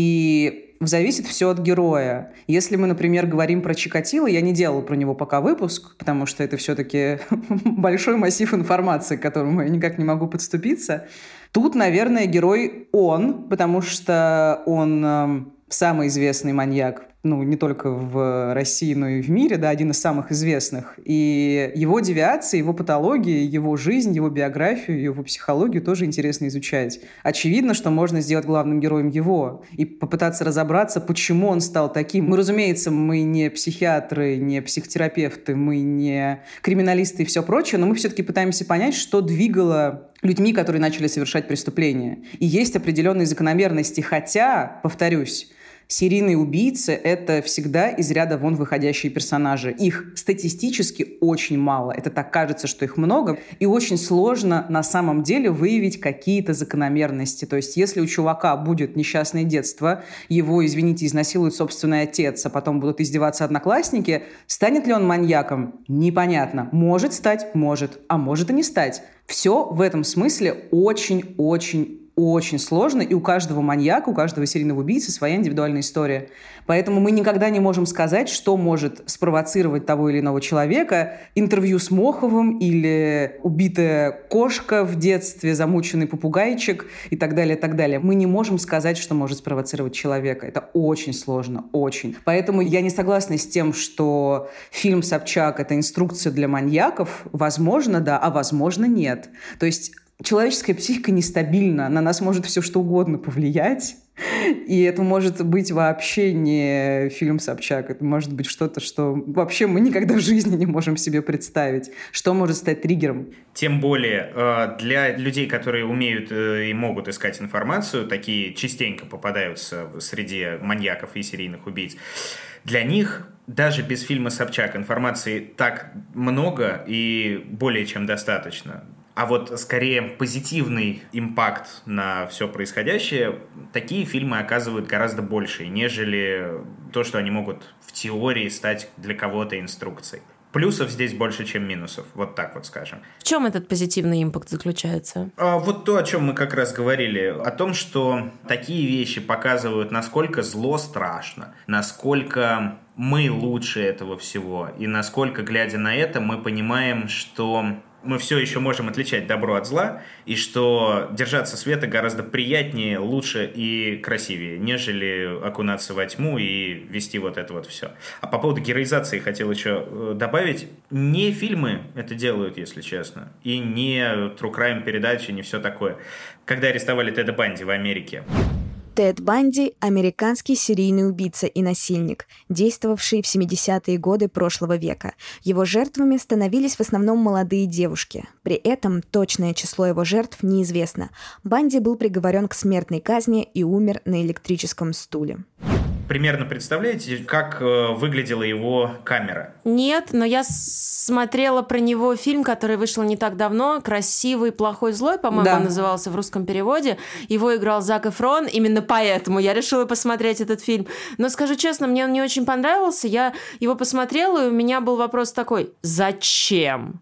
Speaker 6: И зависит все от героя. Если мы, например, говорим про Чикатило, я не делала про него пока выпуск, потому что это все-таки большой массив информации, к которому я никак не могу подступиться. Тут, наверное, герой он, потому что он самый известный маньяк, не только в России, но и в мире, один из самых известных. И его девиации, его патологии, его жизнь, его биографию, его психологию тоже интересно изучать. Очевидно, что можно сделать главным героем его и попытаться разобраться, почему он стал таким. Разумеется, мы не психиатры, не психотерапевты, мы не криминалисты и все прочее, но мы все-таки пытаемся понять, что двигало людьми, которые начали совершать преступления. И есть определенные закономерности, хотя, повторюсь, серийные убийцы — это всегда из ряда вон выходящие персонажи. Их статистически очень мало. Это так кажется, что их много. И очень сложно на самом деле выявить какие-то закономерности. То есть если у чувака будет несчастное детство, его, извините, изнасилует собственный отец, а потом будут издеваться одноклассники, станет ли он маньяком? Непонятно. Может стать, может, а может и не стать. Все в этом смысле очень-очень очень сложно, и у каждого маньяка, у каждого серийного убийцы своя индивидуальная история. Поэтому мы никогда не можем сказать, что может спровоцировать того или иного человека. Интервью с Моховым или убитая кошка в детстве, замученный попугайчик и так далее, и так далее. Мы не можем сказать, что может спровоцировать человека. Это очень сложно, очень. Поэтому я не согласна с тем, что фильм «Собчак» — это инструкция для маньяков. Возможно, да, а возможно, нет. То есть человеческая психика нестабильна, на нас может все что угодно повлиять, и это может быть вообще не фильм «Собчак», это может быть что-то, что вообще мы никогда в жизни не можем себе представить, что может стать триггером.
Speaker 1: Тем более для людей, которые умеют и могут искать информацию, такие частенько попадаются среди маньяков и серийных убийц, для них даже без фильма «Собчак» информации так много и более чем достаточно. А вот скорее позитивный импакт на все происходящее такие фильмы оказывают гораздо больше, нежели то, что они могут в теории стать для кого-то инструкцией. Плюсов здесь больше, чем минусов, вот так вот скажем.
Speaker 2: В чем этот позитивный импакт заключается?
Speaker 1: Вот то, о чем мы как раз говорили, о том, что такие вещи показывают, насколько зло страшно, насколько мы лучше этого всего, и насколько, глядя на это, мы понимаем, что мы все еще можем отличать добро от зла, и что держаться света гораздо приятнее, лучше и красивее, нежели окунаться во тьму и вести вот это вот все. А по поводу героизации хотел еще добавить. Не фильмы это делают, если честно, и не True Crime передачи, не все такое. Когда арестовали Теда Банди в Америке,
Speaker 4: Тед Банди – американский серийный убийца и насильник, действовавший в 70-е годы прошлого века. Его жертвами становились в основном молодые девушки. При этом точное число его жертв неизвестно. Банди был приговорен к смертной казни и умер на электрическом стуле.
Speaker 1: Примерно представляете, как выглядела его камера?
Speaker 2: Нет, но я смотрела про него фильм, который вышел не так давно. «Красивый, плохой, злой», по-моему,
Speaker 6: Да.
Speaker 2: он назывался в русском переводе. Его играл Зак Эфрон. Именно поэтому я решила посмотреть этот фильм. Но скажу честно, мне он не очень понравился. Я его посмотрела, и у меня был вопрос такой: зачем?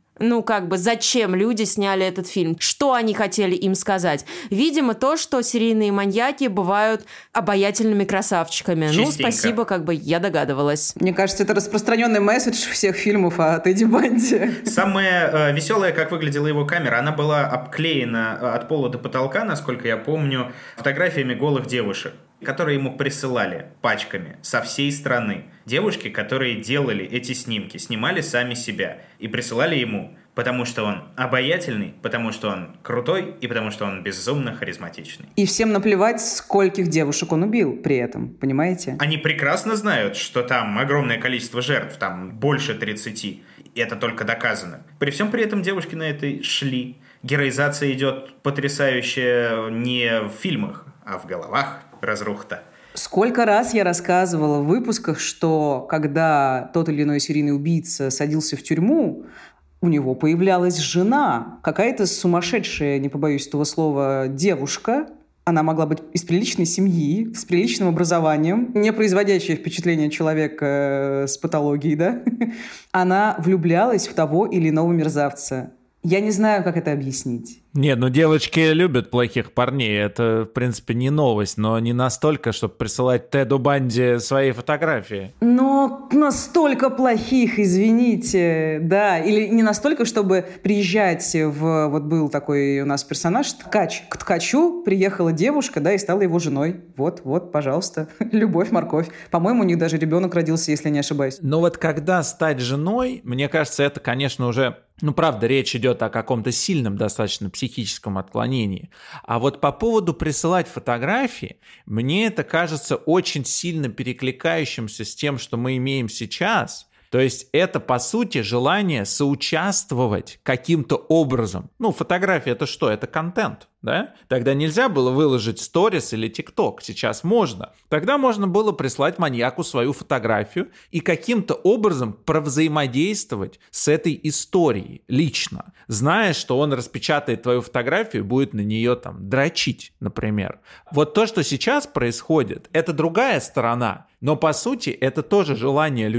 Speaker 2: Зачем люди сняли этот фильм? Что они хотели им сказать? Видимо, то, что серийные маньяки бывают обаятельными красавчиками.
Speaker 1: Частенько.
Speaker 2: Спасибо, я догадывалась.
Speaker 6: Мне кажется, это распространенный месседж всех фильмов о Теде Банди.
Speaker 1: Самое веселое, как выглядела его камера, она была обклеена от пола до потолка, насколько я помню, фотографиями голых девушек, которые ему присылали пачками со всей страны. Девушки, которые делали эти снимки, снимали сами себя и присылали ему, потому что он обаятельный, потому что он крутой и потому что он безумно харизматичный.
Speaker 6: И всем наплевать, скольких девушек он убил при этом, понимаете?
Speaker 1: Они прекрасно знают, что там огромное количество жертв, там больше 30, и это только доказано. При всем при этом девушки на это шли. Героизация идет потрясающая не в фильмах, а в головах. Разруха-то.
Speaker 6: Сколько раз я рассказывала в выпусках, что когда тот или иной серийный убийца садился в тюрьму, у него появлялась жена, какая-то сумасшедшая, не побоюсь этого слова, девушка. Она могла быть из приличной семьи, с приличным образованием, не производящая впечатление человека с патологией, да? Она влюблялась в того или иного мерзавца. Я не знаю, как это объяснить.
Speaker 5: Нет, девочки любят плохих парней, это, в принципе, не новость, но не настолько, чтобы присылать Теду Банди свои фотографии.
Speaker 6: Но настолько плохих, извините, да, или не настолько, чтобы приезжать вот был такой у нас персонаж, ткач. К ткачу приехала девушка, да, и стала его женой. Вот, пожалуйста, любовь, морковь. По-моему, у них даже ребенок родился, если не ошибаюсь.
Speaker 5: Но вот когда стать женой, мне кажется, это, конечно, уже... правда, речь идет о каком-то сильном достаточно психическом отклонении. А вот по поводу присылать фотографии, мне это кажется очень сильно перекликающимся с тем, что мы имеем сейчас. То есть это, по сути, желание соучаствовать каким-то образом. Фотография — это что? Это контент, да? Тогда нельзя было выложить сторис или тикток, сейчас можно. Тогда можно было прислать маньяку свою фотографию и каким-то образом провзаимодействовать с этой историей лично, зная, что он распечатает твою фотографию и будет на нее дрочить, например. Вот то, что сейчас происходит, это другая сторона, но по сути это тоже желание людей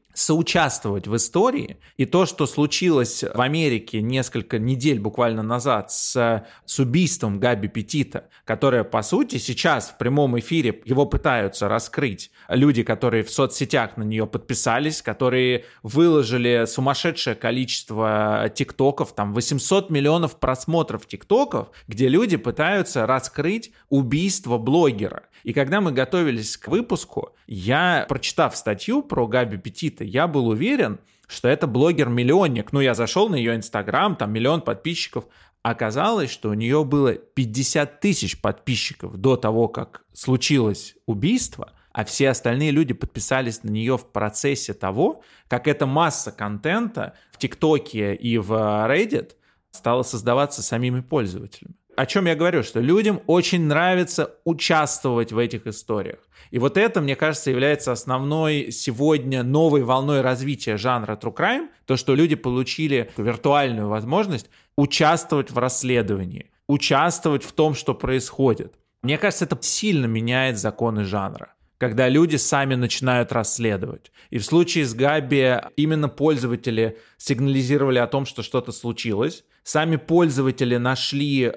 Speaker 5: соучаствовать в истории, и то, что случилось в Америке несколько недель буквально назад с убийством Габи Петита, которое, по сути, сейчас в прямом эфире его пытаются раскрыть люди, которые в соцсетях на нее подписались, которые выложили сумасшедшее количество тиктоков, там 800 миллионов просмотров тиктоков, где люди пытаются раскрыть убийство блогера. И когда мы готовились к выпуску, я, прочитав статью про Габи Петита, я был уверен, что это блогер-миллионник. Я зашел на ее Инстаграм, там 1 миллион подписчиков. Оказалось, что у нее было 50 тысяч подписчиков до того, как случилось убийство, а все остальные люди подписались на нее в процессе того, как эта масса контента в ТикТоке и в Reddit стала создаваться самими пользователями. О чем я говорю, что людям очень нравится участвовать в этих историях. И вот это, мне кажется, является основной сегодня новой волной развития жанра True Crime, то, что люди получили виртуальную возможность участвовать в расследовании, участвовать в том, что происходит. Мне кажется, это сильно меняет законы жанра, когда люди сами начинают расследовать. И в случае с Габи именно пользователи сигнализировали о том, что что-то случилось. Сами пользователи нашли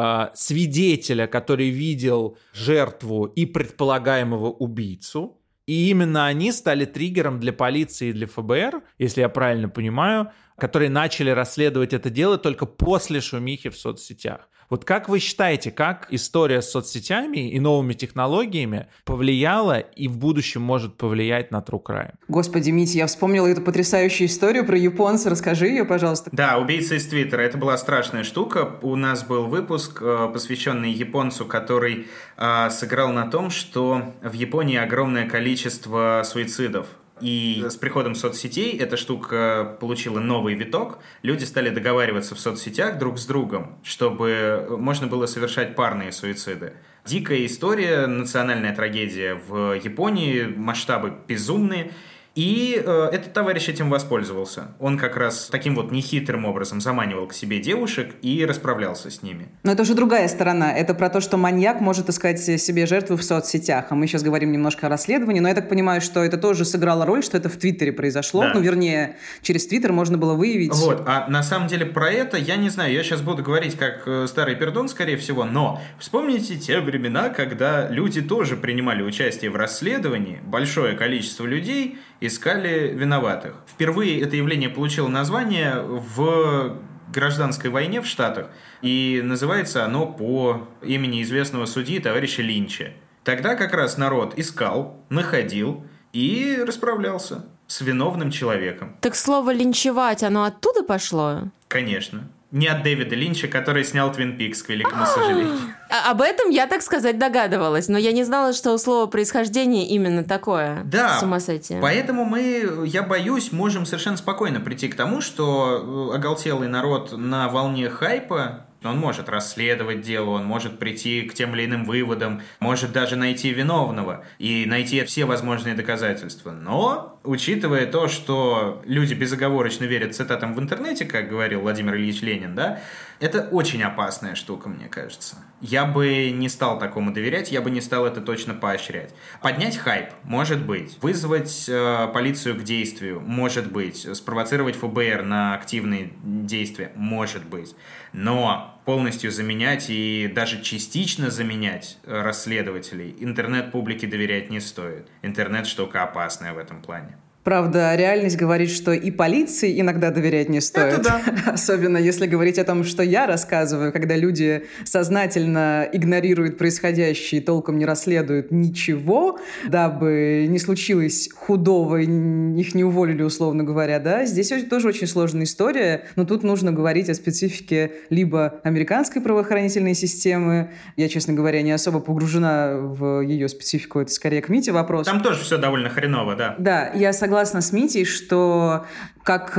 Speaker 5: свидетеля, который видел жертву и предполагаемого убийцу. И именно они стали триггером для полиции и для ФБР, если я правильно понимаю, которые начали расследовать это дело только после шумихи в соцсетях. Вот как вы считаете, как история с соцсетями и новыми технологиями повлияла и в будущем может повлиять на True Crime?
Speaker 6: Господи, Митя, я вспомнила эту потрясающую историю про японца. Расскажи ее, пожалуйста.
Speaker 1: Да, убийца из Твиттера. Это была страшная штука. У нас был выпуск, посвященный японцу, который сыграл на том, что в Японии огромное количество суицидов. И с приходом соцсетей эта штука получила новый виток. Люди стали договариваться в соцсетях друг с другом, чтобы можно было совершать парные суициды. Дикая история, национальная трагедия в Японии, масштабы безумные. И этот товарищ этим воспользовался. Он как раз таким вот нехитрым образом заманивал к себе девушек и расправлялся с ними.
Speaker 6: Но это уже другая сторона. Это про то, что маньяк может искать себе жертву в соцсетях. А мы сейчас говорим немножко о расследовании. Но я так понимаю, что это тоже сыграло роль, что это в Твиттере произошло.
Speaker 1: Да.
Speaker 6: Вернее, через Твиттер можно было выявить.
Speaker 1: Вот. А на самом деле про это я не знаю. Я сейчас буду говорить как старый пердун, скорее всего. Но вспомните те времена, когда люди тоже принимали участие в расследовании. Большое количество людей искали виноватых. Впервые это явление получило название в гражданской войне в Штатах, и называется оно по имени известного судьи товарища Линча. Тогда как раз народ искал, находил и расправлялся с виновным человеком.
Speaker 2: Так слово «линчевать», оно оттуда пошло?
Speaker 1: Конечно. Не от Дэвида Линча, который снял «Твин Пикс», к великому сожалению.
Speaker 2: Об этом я, так сказать, догадывалась, но я не знала, что у слова происхождение именно такое.
Speaker 1: Да,
Speaker 2: с ума сойти.
Speaker 1: Поэтому мы, я боюсь, можем совершенно спокойно прийти к тому, что оголтелый народ на волне хайпа, он может расследовать дело, он может прийти к тем или иным выводам, может даже найти виновного и найти все возможные доказательства. Но, учитывая то, что люди безоговорочно верят цитатам в интернете, как говорил Владимир Ильич Ленин, да, это очень опасная штука, мне кажется. Я бы не стал такому доверять, я бы не стал это точно поощрять. Поднять хайп, может быть. Вызвать полицию к действию, может быть. Спровоцировать ФБР на активные действия, может быть. Но полностью заменять и даже частично заменять расследователей интернет-публике доверять не стоит. Интернет штука опасная в этом плане.
Speaker 6: Правда, реальность говорит, что и полиции иногда доверять не стоит.
Speaker 1: Это да.
Speaker 6: Особенно если говорить о том, что я рассказываю, когда люди сознательно игнорируют происходящее и толком не расследуют ничего, дабы не случилось худого, их не уволили, условно говоря, да. Здесь тоже очень сложная история, но тут нужно говорить о специфике либо американской правоохранительной системы. Я, честно говоря, не особо погружена в ее специфику, это скорее к Мите вопрос.
Speaker 1: Там тоже все довольно хреново, да.
Speaker 6: Да, я согласна с Митей, что как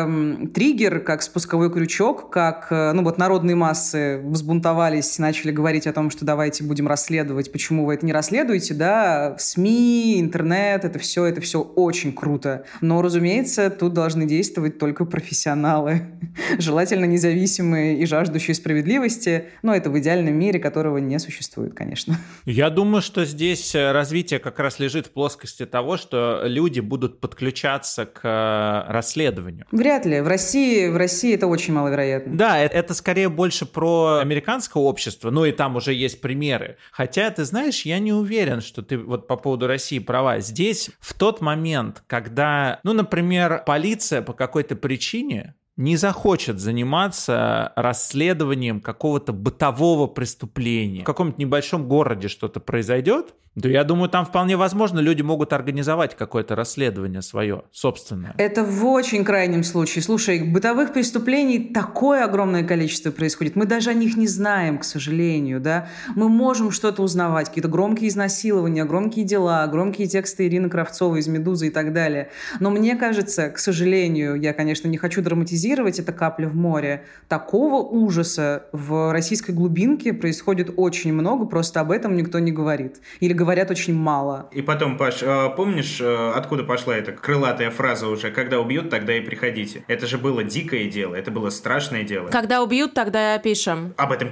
Speaker 6: триггер, как спусковой крючок, как народные массы взбунтовались, начали говорить о том, что давайте будем расследовать, почему вы это не расследуете, да, в СМИ, интернет, это все очень круто. Но, разумеется, тут должны действовать только профессионалы, желательно независимые и жаждущие справедливости, но это в идеальном мире, которого не существует, конечно.
Speaker 5: Я думаю, что здесь развитие как раз лежит в плоскости того, что люди будут подключаться к расследованию.
Speaker 6: Вряд ли. В России это очень маловероятно.
Speaker 5: Да, это скорее больше про американское общество, и там уже есть примеры. Хотя, ты знаешь, я не уверен, что ты вот по поводу России права. Здесь в тот момент, когда, например, полиция по какой-то причине не захочет заниматься расследованием какого-то бытового преступления. В каком-то небольшом городе что-то произойдет, да, я думаю, там вполне возможно люди могут организовать какое-то расследование свое, собственное.
Speaker 6: Это в очень крайнем случае. Слушай, бытовых преступлений такое огромное количество происходит. Мы даже о них не знаем, к сожалению, да. Мы можем что-то узнавать, какие-то громкие изнасилования, громкие дела, громкие тексты Ирины Кравцовой из «Медузы» и так далее. Но мне кажется, к сожалению, я, конечно, не хочу драматизировать, это капля в море. Такого ужаса в российской глубинке происходит очень много, просто об этом никто не говорит. Или говорят очень мало.
Speaker 1: И потом, Паш, помнишь, откуда пошла эта крылатая фраза уже? Когда убьют, тогда и приходите. Это же было дикое дело, это было страшное дело.
Speaker 2: Когда убьют, тогда и опишем.
Speaker 1: Об этом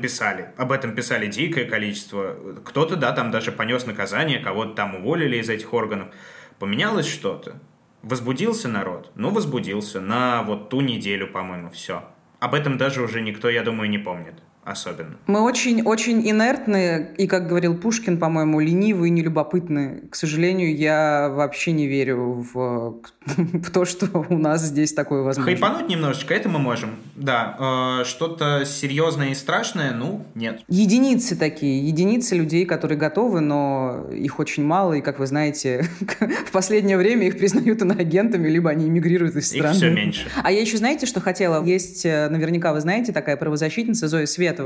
Speaker 1: писали дикое количество. Кто-то, да, там даже понес наказание, кого-то там уволили из этих органов. Поменялось что-то. Возбудился народ? Возбудился. На вот ту неделю, по-моему, все. Об этом даже уже никто, я думаю, не помнит. Особенно.
Speaker 6: Мы очень-очень инертны и, как говорил Пушкин, по-моему, ленивы и нелюбопытны. К сожалению, я вообще не верю в то, что у нас здесь такое возможно.
Speaker 1: Хайпануть немножечко, это мы можем. Да, что-то серьезное и страшное, нет.
Speaker 6: Единицы людей, которые готовы, но их очень мало, и, как вы знаете, в последнее время их признают иноагентами, либо они эмигрируют из страны.
Speaker 1: Их все меньше.
Speaker 6: А я еще, знаете, что хотела? Есть, наверняка вы знаете, такая правозащитница Зоя Светова.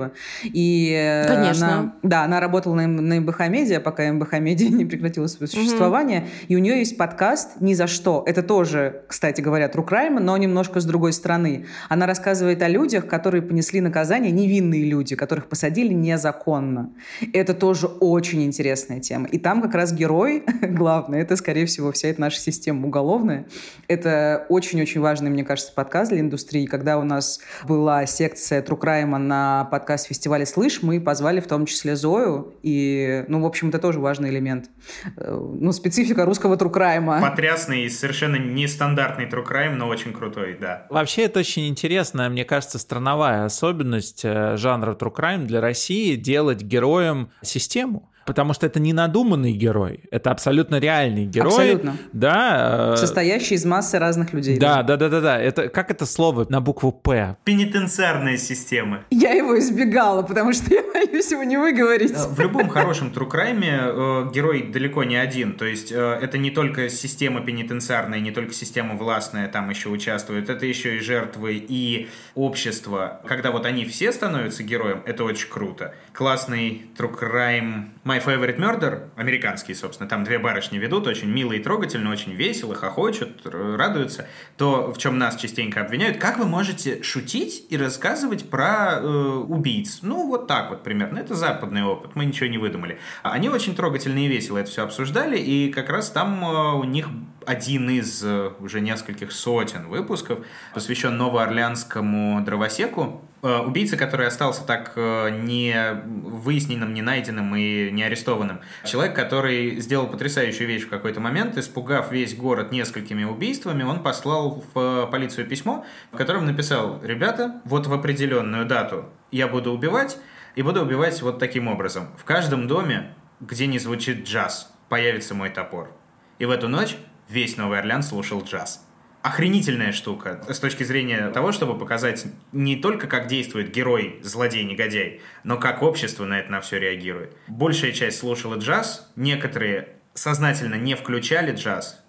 Speaker 6: И
Speaker 2: конечно.
Speaker 6: Она работала на МБХ Медиа, пока МБХ Медиа не прекратила свое существование. И у нее есть подкаст «Ни за что». Это тоже, кстати говоря, true crime, но немножко с другой стороны. Она рассказывает о людях, которые понесли наказание, невинные люди, которых посадили незаконно. Это тоже очень интересная тема. И там как раз герой, главное, это, скорее всего, вся эта наша система уголовная. Это очень-очень важный, мне кажется, подкаст для индустрии. Когда у нас была секция true crime на подкаст фестиваля «Слышь», мы позвали в том числе Зою, и, в общем, это тоже важный элемент. Специфика русского true crime.
Speaker 1: Потрясный и совершенно нестандартный true crime, но очень крутой, да.
Speaker 5: Вообще, это очень интересная, мне кажется, страновая особенность жанра true crime для России — делать героем систему. Потому что это не надуманный герой, это абсолютно реальный герой.
Speaker 6: Абсолютно.
Speaker 5: Да.
Speaker 6: Состоящий из массы разных людей.
Speaker 5: Да. Это, как это слово на букву «П»?
Speaker 1: Пенитенциарная система.
Speaker 6: Я его избегала, потому что я боюсь его не выговорить.
Speaker 1: В любом хорошем true crime герой далеко не один. То есть это не только система пенитенциарная, не только система властная там еще участвует, это еще и жертвы, и общество. Когда вот они все становятся героем, это очень круто. Классный true crime My Favorite Murder, американский, собственно, там две барышни ведут, очень мило и трогательно, очень весело, хохочут, радуются. То, в чем нас частенько обвиняют, как вы можете шутить и рассказывать про убийц? Вот так вот примерно. Это западный опыт, мы ничего не выдумали. Они очень трогательно и весело это все обсуждали, и как раз там у них один из уже нескольких сотен выпусков посвящен новоорлеанскому дровосеку. Убийца, который остался так не выясненным, не найденным и не арестованным. Человек, который сделал потрясающую вещь в какой-то момент, испугав весь город несколькими убийствами, он послал в полицию письмо, в котором написал: ребята, вот в определенную дату я буду убивать, и буду убивать вот таким образом. В каждом доме, где не звучит джаз, появится мой топор. И в эту ночь весь Новый Орлеан слушал джаз. Охренительная штука с точки зрения того, чтобы показать не только, как действует герой, злодей, негодяй, но как общество на это на все реагирует. Большая часть слушала джаз, некоторые сознательно не включали джаз,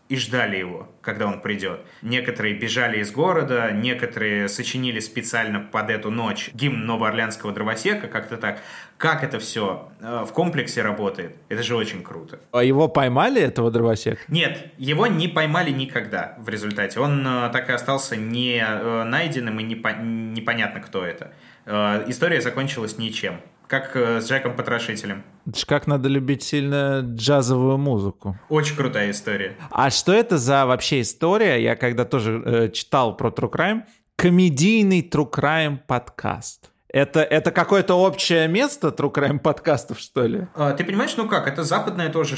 Speaker 1: и ждали его, когда он придет. Некоторые бежали из города, некоторые сочинили специально под эту ночь гимн новоорлеанского дровосека, как-то так. Как это все в комплексе работает, это же очень круто.
Speaker 5: А его поймали, этого дровосека?
Speaker 1: Нет, его не поймали никогда в результате. Он так и остался не найденным, и непонятно, кто это. История закончилась ничем. Как с Джеком Потрошителем.
Speaker 5: Как надо любить сильно джазовую музыку.
Speaker 1: Очень крутая история.
Speaker 5: А что это за вообще история? Я когда тоже читал про True Crime. Комедийный True Crime подкаст. Это какое-то общее место True Crime подкастов, что ли?
Speaker 1: Ты понимаешь, это западная тоже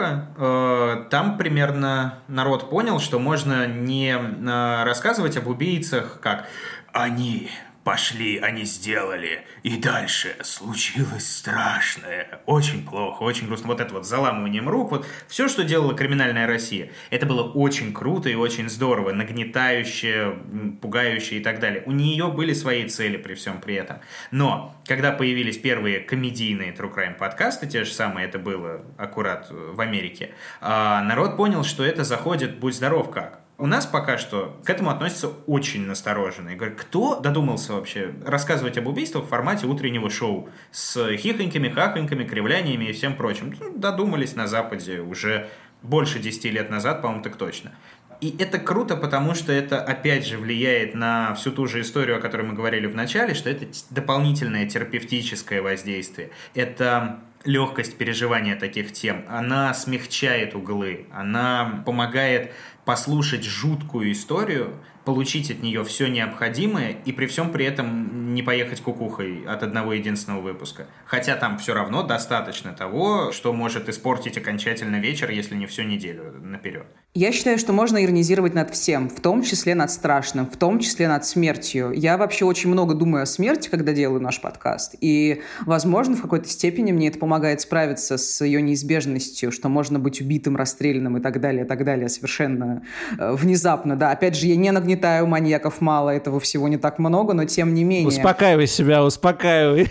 Speaker 1: штука. Там примерно народ понял, что можно не рассказывать об убийцах, как «они пошли, они сделали, и дальше случилось страшное, очень плохо, очень грустно». Вот это вот заламыванием рук, все, что делала криминальная Россия, это было очень круто и очень здорово, нагнетающе, пугающе и так далее. У нее были свои цели при всем при этом. Но когда появились первые комедийные True Crime подкасты, те же самые, это было аккурат в Америке, народ понял, что это заходит будь здоров как. У нас пока что к этому относятся очень настороженно. И говорят, кто додумался вообще рассказывать об убийствах в формате утреннего шоу с хихоньками, хахоньками, кривляниями и всем прочим? Додумались на Западе уже больше 10 лет назад, по-моему, так точно. И это круто, потому что это, опять же, влияет на всю ту же историю, о которой мы говорили в начале, что это дополнительное терапевтическое воздействие. Это легкость переживания таких тем. Она смягчает углы, она помогает послушать жуткую историю, получить от нее все необходимое и при всем при этом не поехать кукухой от одного единственного выпуска. Хотя там все равно достаточно того, что может испортить окончательно вечер, если не всю неделю наперед.
Speaker 6: Я считаю, что можно иронизировать над всем, в том числе над страшным, в том числе над смертью. Я вообще очень много думаю о смерти, когда делаю наш подкаст. И, возможно, в какой-то степени мне это помогает справиться с ее неизбежностью, что можно быть убитым, расстрелянным и так далее, совершенно внезапно. Да, опять же, я не нагнетаю маньяков мало, этого всего не так много, но тем не менее...
Speaker 5: Успокаивай себя, успокаивай.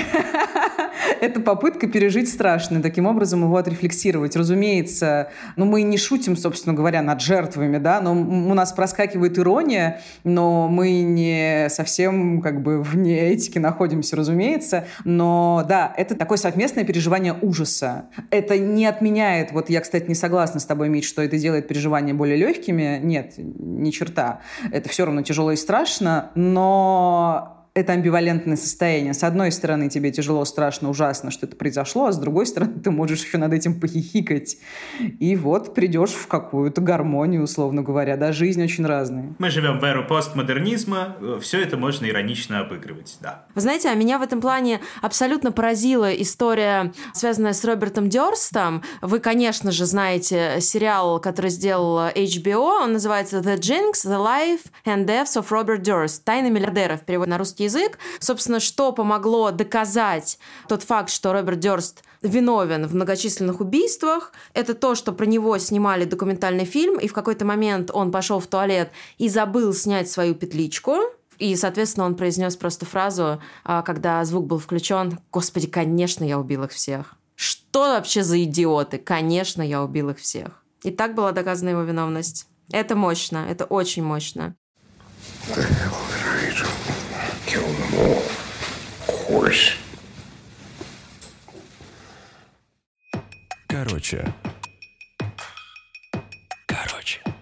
Speaker 6: Это попытка пережить страшное, таким образом его отрефлексировать. Разумеется, мы не шутим, собственно говоря, над жертвами, да, но у нас проскакивает ирония, но мы не совсем вне этики находимся, разумеется. Но да, это такое совместное переживание ужаса. Это не отменяет, я, кстати, не согласна с тобой, Мить, что это делает переживания более легкими. Нет, ни черта. Это все равно тяжело и страшно, но... Это амбивалентное состояние. С одной стороны, тебе тяжело, страшно, ужасно, что это произошло, а с другой стороны, ты можешь еще над этим похихикать. И придешь в какую-то гармонию, условно говоря. Да, жизнь очень разная.
Speaker 1: Мы живем в эру постмодернизма, все это можно иронично обыгрывать, да.
Speaker 2: Вы знаете, меня в этом плане абсолютно поразила история, связанная с Робертом Дёрстом. Вы, конечно же, знаете сериал, который сделал HBO, он называется «The Jinx, The Life and Deaths of Robert Durst. Тайны миллиардера», в переводе на русский язык. Собственно, что помогло доказать тот факт, что Роберт Дёрст виновен в многочисленных убийствах, это то, что про него снимали документальный фильм, и в какой-то момент он пошел в туалет и забыл снять свою петличку, и, соответственно, он произнес просто фразу, когда звук был включен: «Господи, конечно, я убил их всех». Что вообще за идиоты? Конечно, я убил их всех. И так была доказана его виновность. Это мощно, это очень мощно.
Speaker 3: Короче.